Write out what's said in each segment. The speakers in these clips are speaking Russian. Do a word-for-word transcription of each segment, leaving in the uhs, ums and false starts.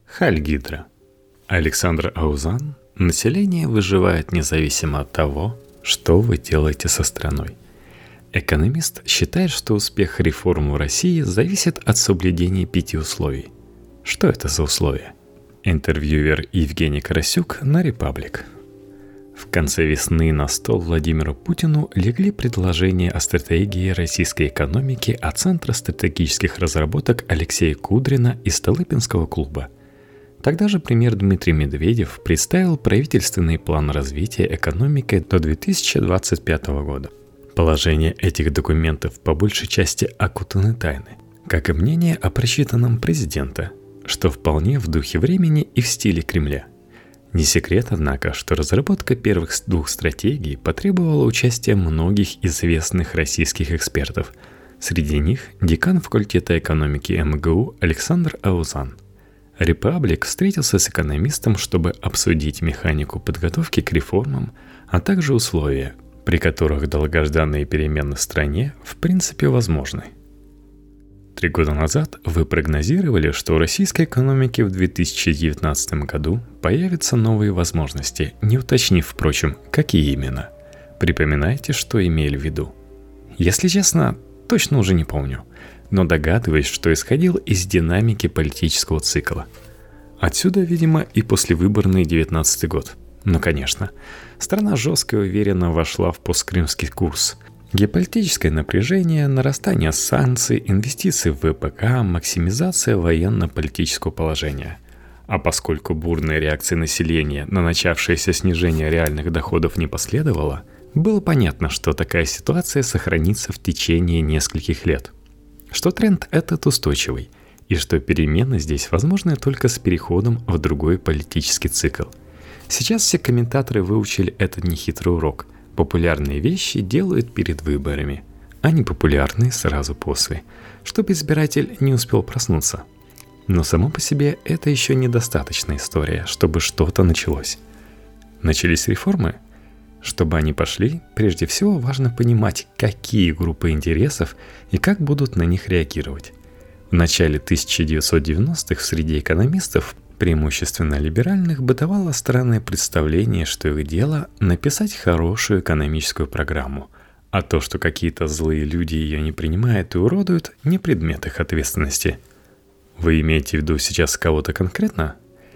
Хальгидра. Александр Аузан. Население выживает независимо от того, что вы делаете со страной. Экономист считает, что успех реформ в России зависит от соблюдения пяти условий. Что это за условия? Интервьюер Евгений Карасюк на «Репаблик». В конце весны на стол Владимиру Путину легли предложения о стратегии российской экономики от Центра стратегических разработок Алексея Кудрина из Столыпинского клуба. Тогда же премьер Дмитрий Медведев представил правительственный план развития экономики до две тысячи двадцать пятого года. Положения этих документов по большей части окутаны тайной, как и мнение о прочитанном президента, что вполне в духе времени и в стиле Кремля. Не секрет, однако, что разработка первых двух стратегий потребовала участия многих известных российских экспертов. Среди них декан факультета экономики эм гэ у Александр Аузан. «Репаблик» встретился с экономистом, чтобы обсудить механику подготовки к реформам, а также условия, при которых долгожданные перемены в стране в принципе возможны. Три года назад вы прогнозировали, что у российской экономики в две тысячи девятнадцатом году появятся новые возможности, не уточнив, впрочем, какие именно. Припоминаете, что имели в виду? Если честно, точно уже не помню, но догадываюсь, что исходил из динамики политического цикла. Отсюда, видимо, и послевыборный девятнадцатый год. Но, конечно, страна жестко и уверенно вошла в посткрымский курс. Геополитическое напряжение, нарастание санкций, инвестиции в вэ пэ ка, максимизация военно-политического положения. А поскольку бурной реакции населения на начавшееся снижение реальных доходов не последовало, было понятно, что такая ситуация сохранится в течение нескольких лет. Что тренд этот устойчивый, и что перемены здесь возможны только с переходом в другой политический цикл. Сейчас все комментаторы выучили этот нехитрый урок. Популярные вещи делают перед выборами, а непопулярные сразу после, чтобы избиратель не успел проснуться. Но само по себе это еще недостаточная история, чтобы что-то началось. Начались реформы? Чтобы они пошли, прежде всего важно понимать, какие группы интересов и как будут на них реагировать. В начале тысяча девятьсот девяностых в среде экономистов, преимущественно либеральных, бытовало странное представление, что их дело – написать хорошую экономическую программу, а то, что какие-то злые люди ее не принимают и уродуют, не предмет их ответственности. Вы имеете в виду сейчас кого-то конкретно?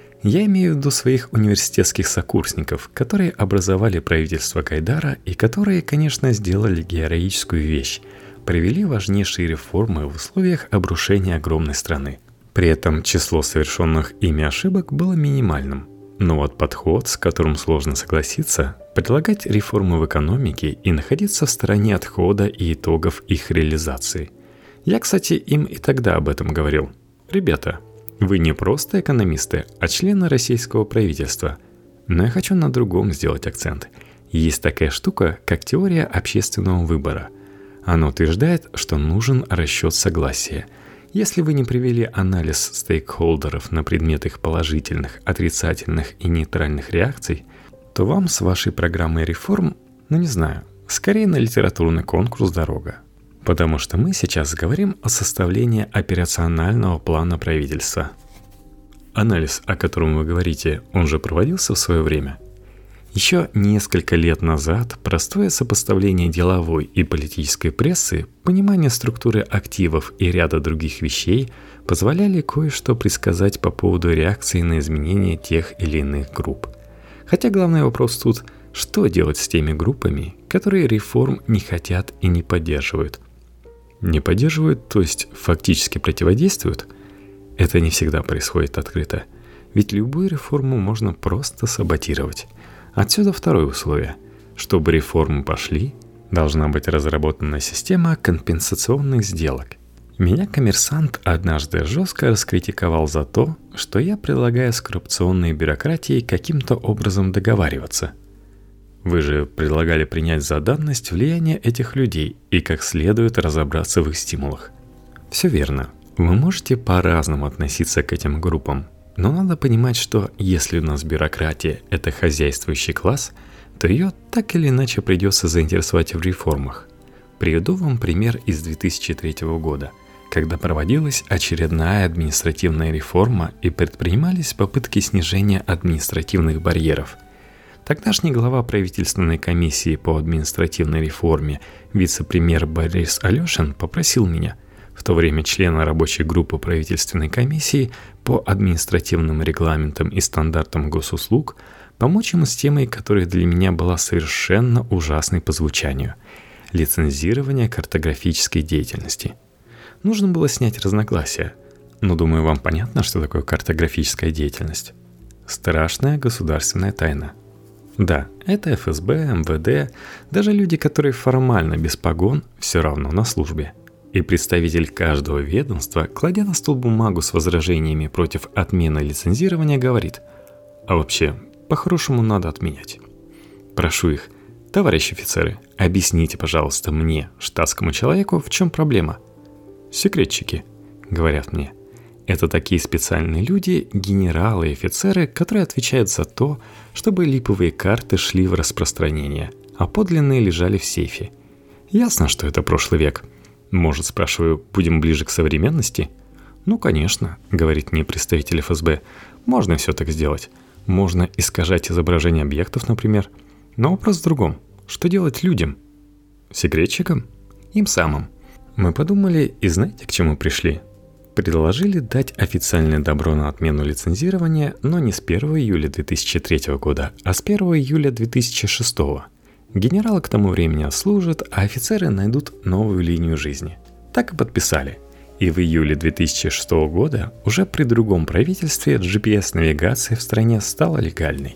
Я имею в виду своих университетских сокурсников, которые образовали правительство Гайдара и которые, конечно, сделали героическую вещь – провели важнейшие реформы в условиях обрушения огромной страны. При этом число совершенных ими ошибок было минимальным. Но вот подход, с которым сложно согласиться, предлагать реформы в экономике и находиться в стороне отхода и итогов их реализации. Я, кстати, им и тогда об этом говорил. Ребята, вы не просто экономисты, а члены российского правительства. Но я хочу на другом сделать акцент. Есть такая штука, как теория общественного выбора. Она утверждает, что нужен расчет согласия. Если вы не провели анализ стейкхолдеров на предмет их положительных, отрицательных и нейтральных реакций, то вам с вашей программой реформ, ну не знаю, скорее на литературный конкурс дорога. Потому что мы сейчас говорим о составлении операционального плана правительства. Анализ, о котором вы говорите, он же проводился в свое время. Еще несколько лет назад простое сопоставление деловой и политической прессы, понимание структуры активов и ряда других вещей позволяли кое-что предсказать по поводу реакции на изменения тех или иных групп. Хотя главный вопрос тут – что делать с теми группами, которые реформ не хотят и не поддерживают? Не поддерживают, то есть фактически противодействуют? Это не всегда происходит открыто, ведь любую реформу можно просто саботировать. Отсюда второе условие. Чтобы реформы пошли, должна быть разработана система компенсационных сделок. Меня «Коммерсант» однажды жестко раскритиковал за то, что я предлагаю с коррупционной бюрократией каким-то образом договариваться. Вы же предлагали принять за данность влияние этих людей и как следует разобраться в их стимулах. Все верно. Вы можете по-разному относиться к этим группам, но надо понимать, что если у нас бюрократия – это хозяйствующий класс, то ее так или иначе придется заинтересовать в реформах. Приведу вам пример из две тысячи третьего года, когда проводилась очередная административная реформа и предпринимались попытки снижения административных барьеров. Тогдашний глава правительственной комиссии по административной реформе, вице-премьер Борис Алешин, попросил меня, в то время члена рабочей группы правительственной комиссии по административным регламентам и стандартам госуслуг, помочь ему с темой, которая для меня была совершенно ужасной по звучанию – лицензирование картографической деятельности. Нужно было снять разногласия, но, думаю, вам понятно, что такое картографическая деятельность. Страшная государственная тайна. Да, это эф эс бэ, эм вэ дэ, даже люди, которые формально без погон, все равно на службе. И представитель каждого ведомства, кладя на стол бумагу с возражениями против отмены лицензирования, говорит: а вообще, по-хорошему надо отменять. Прошу их: товарищи офицеры, объясните, пожалуйста, мне, штатскому человеку, в чем проблема. Секретчики, говорят мне. Это такие специальные люди, генералы и офицеры, которые отвечают за то, чтобы липовые карты шли в распространение, а подлинные лежали в сейфе. Ясно, что это прошлый век. Может, спрашиваю, будем ближе к современности? Ну, конечно, говорит мне представитель эф эс бэ. Можно все так сделать. Можно искажать изображение объектов, например. Но вопрос в другом. Что делать людям? Секретчикам? Им самым. Мы подумали и знаете, к чему пришли? Предложили дать официальное добро на отмену лицензирования, но не с первого июля две тысячи третьего года, а с первого июля две тысячи шестого. Генералы к тому времени отслужат, а офицеры найдут новую линию жизни. Так и подписали. И в июле две тысячи шестого года, уже при другом правительстве, джи пи эс-навигация в стране стала легальной.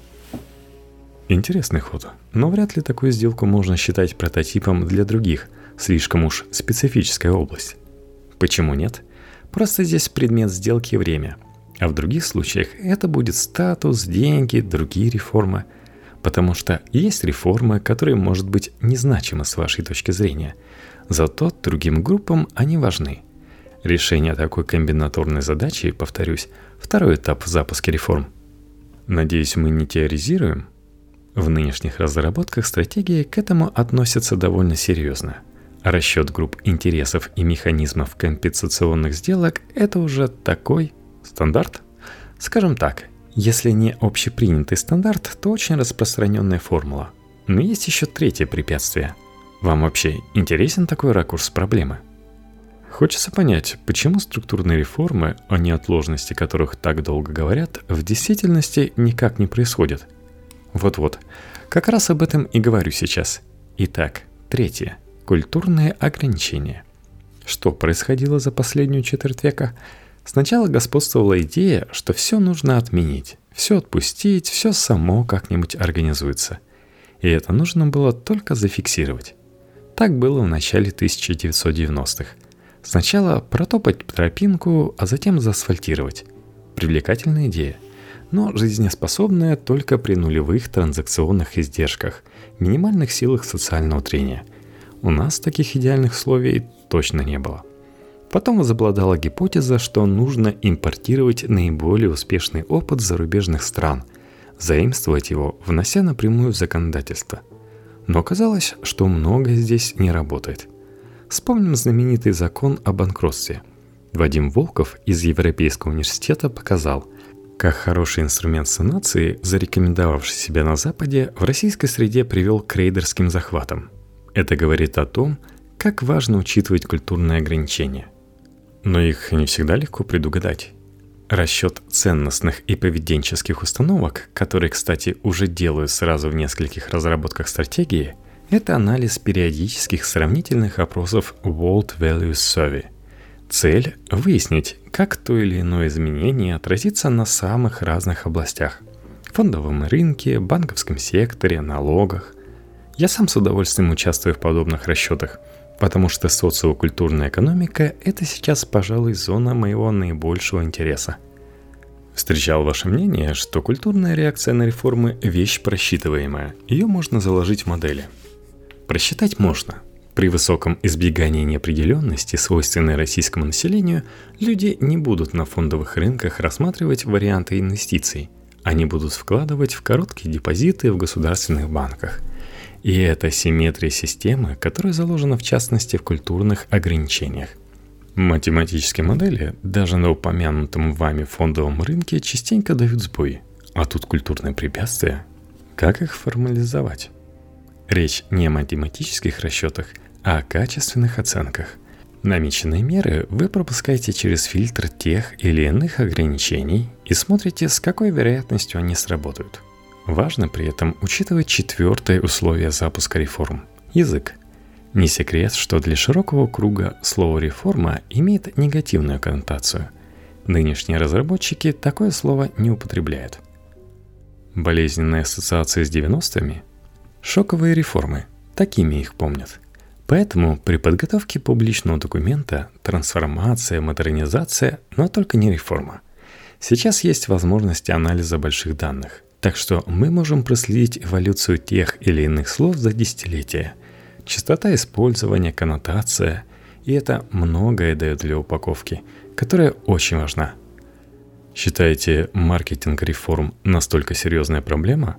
Интересный ход, но вряд ли такую сделку можно считать прототипом для других, слишком уж специфическая область. Почему нет? Просто здесь предмет сделки – время. А в других случаях это будет статус, деньги, другие реформы. Потому что есть реформы, которые, может быть, незначимы с вашей точки зрения. Зато другим группам они важны. Решение такой комбинаторной задачи, повторюсь, второй этап в запуске реформ. Надеюсь, мы не теоризируем? В нынешних разработках стратегии к этому относятся довольно серьезно. Расчет групп интересов и механизмов компенсационных сделок – это уже такой стандарт. Скажем так, если не общепринятый стандарт, то очень распространенная формула. Но есть еще третье препятствие. Вам вообще интересен такой ракурс проблемы? Хочется понять, почему структурные реформы, о неотложности которых так долго говорят, в действительности никак не происходят. Вот-вот, как раз об этом и говорю сейчас. Итак, третье. Культурные ограничения. Что происходило за последнюю четверть века? Сначала господствовала идея, что все нужно отменить, все отпустить, все само как-нибудь организуется. И это нужно было только зафиксировать. Так было в начале тысяча девятьсот девяностых. Сначала протопать тропинку, а затем заасфальтировать. Привлекательная идея, но жизнеспособная только при нулевых транзакционных издержках, минимальных силах социального трения. У нас таких идеальных условий точно не было. Потом возобладала гипотеза, что нужно импортировать наиболее успешный опыт зарубежных стран, заимствовать его, внося напрямую в законодательство. Но оказалось, что многое здесь не работает. Вспомним знаменитый закон о банкротстве. Вадим Волков из Европейского университета показал, как хороший инструмент санации, зарекомендовавший себя на Западе, в российской среде привел к рейдерским захватам. Это говорит о том, как важно учитывать культурные ограничения. Но их не всегда легко предугадать. Расчет ценностных и поведенческих установок, которые, кстати, уже делают сразу в нескольких разработках стратегии, это анализ периодических сравнительных опросов World Values Survey. Цель – выяснить, как то или иное изменение отразится на самых разных областях – фондовом рынке, банковском секторе, налогах. Я сам с удовольствием участвую в подобных расчетах, потому что социокультурная экономика – это сейчас, пожалуй, зона моего наибольшего интереса. Встречал ваше мнение, что культурная реакция на реформы – вещь просчитываемая, ее можно заложить в модели. Просчитать можно. При высоком избегании неопределенности, свойственной российскому населению, люди не будут на фондовых рынках рассматривать варианты инвестиций. Они будут вкладывать в короткие депозиты в государственных банках. И это симметрия системы, которая заложена в частности в культурных ограничениях. Математические модели даже на упомянутом вами фондовом рынке частенько дают сбои. А тут культурные препятствия. Как их формализовать? Речь не о математических расчетах, а о качественных оценках. Намеченные меры вы пропускаете через фильтр тех или иных ограничений и смотрите, с какой вероятностью они сработают. Важно при этом учитывать четвертое условие запуска реформ – язык. Не секрет, что для широкого круга слово «реформа» имеет негативную коннотацию. Нынешние разработчики такое слово не употребляют. Болезненные ассоциации с девяностыми – шоковые реформы, такими их помнят. Поэтому при подготовке публичного документа трансформация, модернизация, но только не реформа. Сейчас есть возможности анализа больших данных, так что мы можем проследить эволюцию тех или иных слов за десятилетия. Частота использования, коннотация, и это многое дает для упаковки, которая очень важна. Считаете, маркетинг реформ настолько серьезная проблема?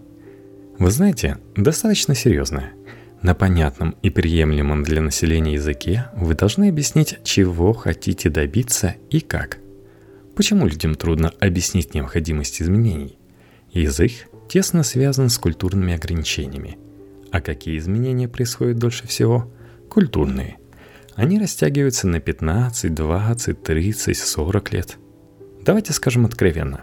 Вы знаете, достаточно серьезная. На понятном и приемлемом для населения языке вы должны объяснить, чего хотите добиться и как. Почему людям трудно объяснить необходимость изменений? Язык тесно связан с культурными ограничениями. А какие изменения происходят дольше всего? Культурные. Они растягиваются на пятнадцать, двадцать, тридцать, сорок лет. Давайте скажем откровенно.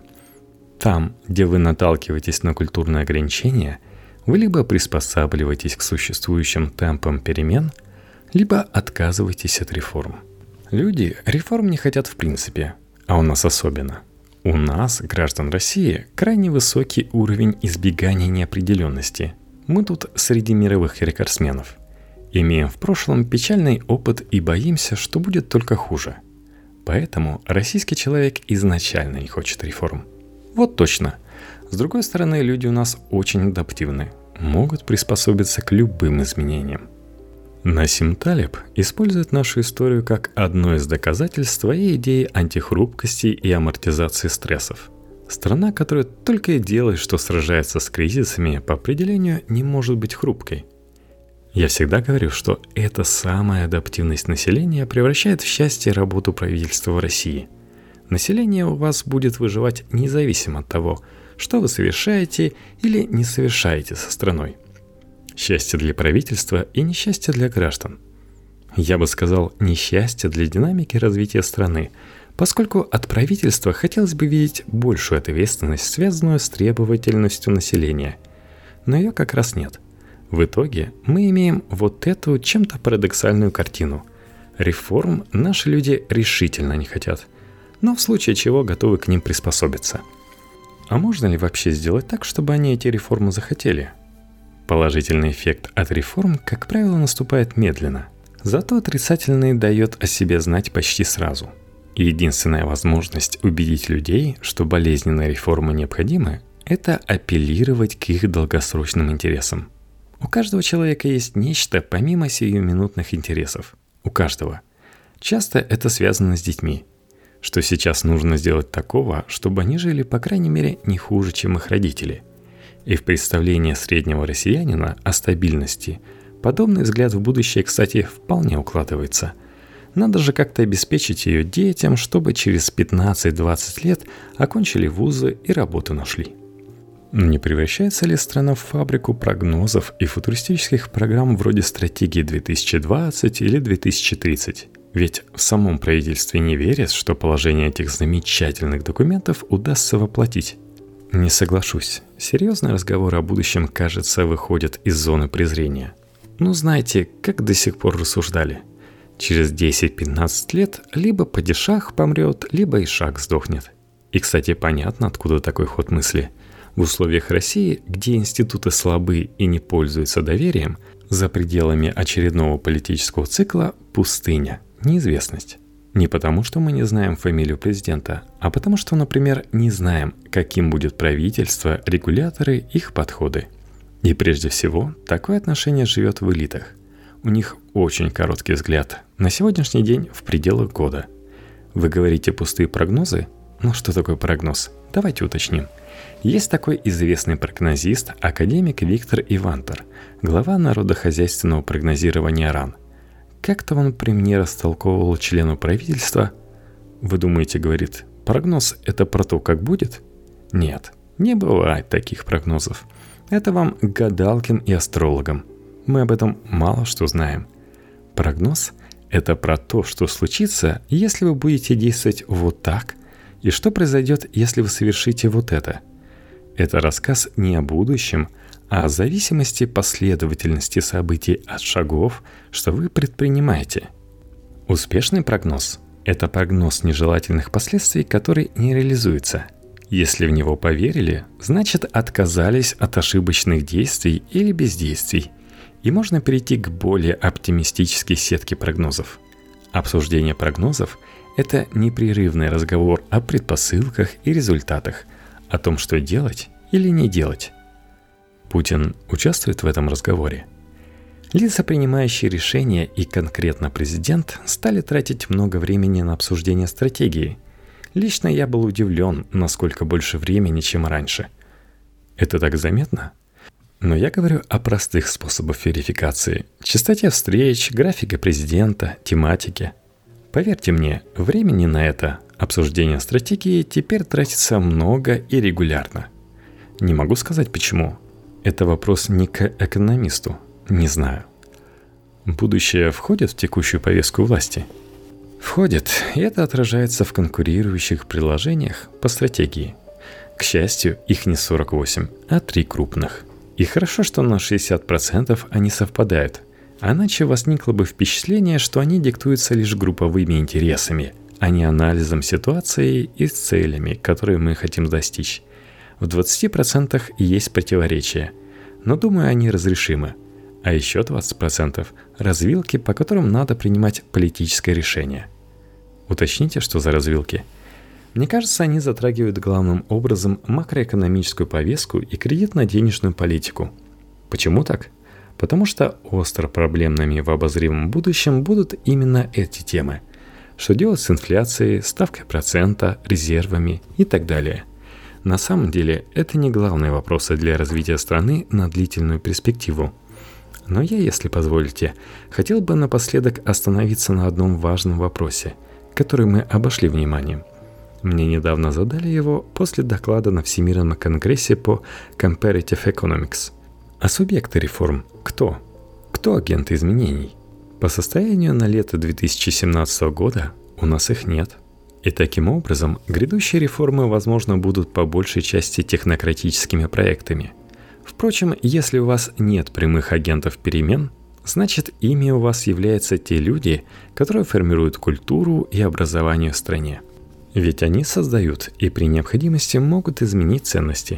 Там, где вы наталкиваетесь на культурные ограничения, вы либо приспосабливаетесь к существующим темпам перемен, либо отказываетесь от реформ. Люди реформ не хотят в принципе, а у нас особенно. У нас, граждан России, крайне высокий уровень избегания неопределенности. Мы тут среди мировых рекордсменов. Имеем в прошлом печальный опыт и боимся, что будет только хуже. Поэтому российский человек изначально не хочет реформ. Вот точно. С другой стороны, люди у нас очень адаптивны, могут приспособиться к любым изменениям. Насим Талеб использует нашу историю как одно из доказательств своей идеи антихрупкости и амортизации стрессов. Страна, которая только и делает, что сражается с кризисами, по определению не может быть хрупкой. Я всегда говорю, что эта самая адаптивность населения превращает в счастье работу правительства в России. Население у вас будет выживать независимо от того, что вы совершаете или не совершаете со страной. Счастье для правительства и несчастье для граждан. Я бы сказал, несчастье для динамики развития страны, поскольку от правительства хотелось бы видеть большую ответственность, связанную с требовательностью населения. Но ее как раз нет. В итоге мы имеем вот эту чем-то парадоксальную картину. Реформ наши люди решительно не хотят, но в случае чего готовы к ним приспособиться. А можно ли вообще сделать так, чтобы они эти реформы захотели? Положительный эффект от реформ, как правило, наступает медленно, зато отрицательный дает о себе знать почти сразу. И единственная возможность убедить людей, что болезненные реформы необходимы, это апеллировать к их долгосрочным интересам. У каждого человека есть нечто помимо сиюминутных интересов. У каждого. Часто это связано с детьми. Что сейчас нужно сделать такого, чтобы они жили, по крайней мере, не хуже, чем их родители. И в представлении среднего россиянина о стабильности подобный взгляд в будущее, кстати, вполне укладывается. Надо же как-то обеспечить ее детям, чтобы через пятнадцать-двадцать лет окончили вузы и работу нашли. Не превращается ли страна в фабрику прогнозов и футуристических программ вроде стратегии две тысячи двадцать или две тысячи тридцать? Ведь в самом правительстве не верят, что положение этих замечательных документов удастся воплотить. Не соглашусь. Серьезный разговор о будущем, кажется, выходит из зоны презрения. Ну, знаете, как до сих пор рассуждали. Через десять-пятнадцать лет либо падишах помрет, либо ишак сдохнет. И, кстати, понятно, откуда такой ход мысли. В условиях России, где институты слабы и не пользуются доверием, за пределами очередного политического цикла пустыня, неизвестность. Не потому, что мы не знаем фамилию президента, а потому, что, например, не знаем, каким будет правительство, регуляторы, их подходы. И прежде всего, такое отношение живет в элитах. У них очень короткий взгляд, на сегодняшний день в пределах года. Вы говорите пустые прогнозы? Ну что такое прогноз? Давайте уточним. Есть такой известный прогнозист, академик Виктор Ивантер, глава народохозяйственного прогнозирования РАН. как-то он при мне растолковывал члену правительства. Вы думаете, говорит, прогноз – это про то, как будет? Нет, не бывает таких прогнозов. Это вам к гадалкам и астрологам. Мы об этом мало что знаем. Прогноз – это про то, что случится, если вы будете действовать вот так, и что произойдет, если вы совершите вот это. Это рассказ не о будущем, а о зависимости последовательности событий от шагов, что вы предпринимаете. Успешный прогноз – это прогноз нежелательных последствий, который не реализуется. Если в него поверили, значит отказались от ошибочных действий или бездействий, и можно перейти к более оптимистической сетке прогнозов. Обсуждение прогнозов – это непрерывный разговор о предпосылках и результатах, о том, что делать или не делать. Путин участвует в этом разговоре. Лица, принимающие решения, и конкретно президент, стали тратить много времени на обсуждение стратегии. Лично я был удивлен, насколько больше времени, чем раньше. Это так заметно? Но я говорю о простых способах верификации: частоте встреч, графике президента, тематике. Поверьте мне, времени на это, обсуждение стратегии, теперь тратится много и регулярно. Не могу сказать почему. Это вопрос не к экономисту. Не знаю. Будущее входит в текущую повестку власти? Входит, и это отражается в конкурирующих предложениях по стратегии. К счастью, их не сорок восемь, а три крупных. И хорошо, что на шестьдесят процентов они совпадают. Иначе возникло бы впечатление, что они диктуются лишь групповыми интересами, а не анализом ситуации и целями, которые мы хотим достичь. В двадцати процентах есть противоречия, но думаю, они разрешимы. А еще двадцать процентов – развилки, по которым надо принимать политическое решение. Уточните, что за развилки. Мне кажется, они затрагивают главным образом макроэкономическую повестку и кредитно-денежную политику. Почему так? Потому что остро проблемными в обозримом будущем будут именно эти темы. Что делать с инфляцией, ставкой процента, резервами и так далее. На самом деле, это не главные вопросы для развития страны на длительную перспективу. Но я, если позволите, хотел бы напоследок остановиться на одном важном вопросе, который мы обошли вниманием. Мне недавно задали его после доклада на Всемирном конгрессе по Comparative Economics. А субъекты реформ кто? Кто агенты изменений? По состоянию на лето две тысячи семнадцатого года у нас их нет. И таким образом грядущие реформы, возможно, будут по большей части технократическими проектами. Впрочем, если у вас нет прямых агентов перемен, значит, ими у вас являются те люди, которые формируют культуру и образование в стране. Ведь они создают и при необходимости могут изменить ценности.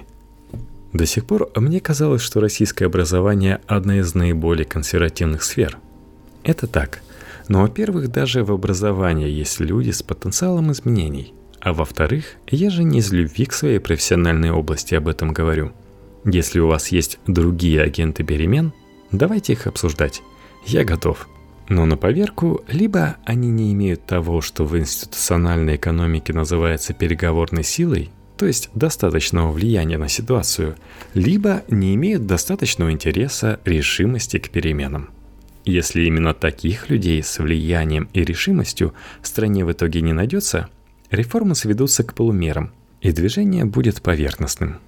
До сих пор мне казалось, что российское образование – одна из наиболее консервативных сфер. Это так. Но, во-первых, даже в образовании есть люди с потенциалом изменений. А во-вторых, я же не из любви к своей профессиональной области об этом говорю. Если у вас есть другие агенты перемен, давайте их обсуждать. Я готов. Но на поверку, либо они не имеют того, что в институциональной экономике называется переговорной силой, то есть достаточного влияния на ситуацию, либо не имеют достаточного интереса, решимости к переменам. Если именно таких людей с влиянием и решимостью в стране в итоге не найдется, реформы сведутся к полумерам, и движение будет поверхностным.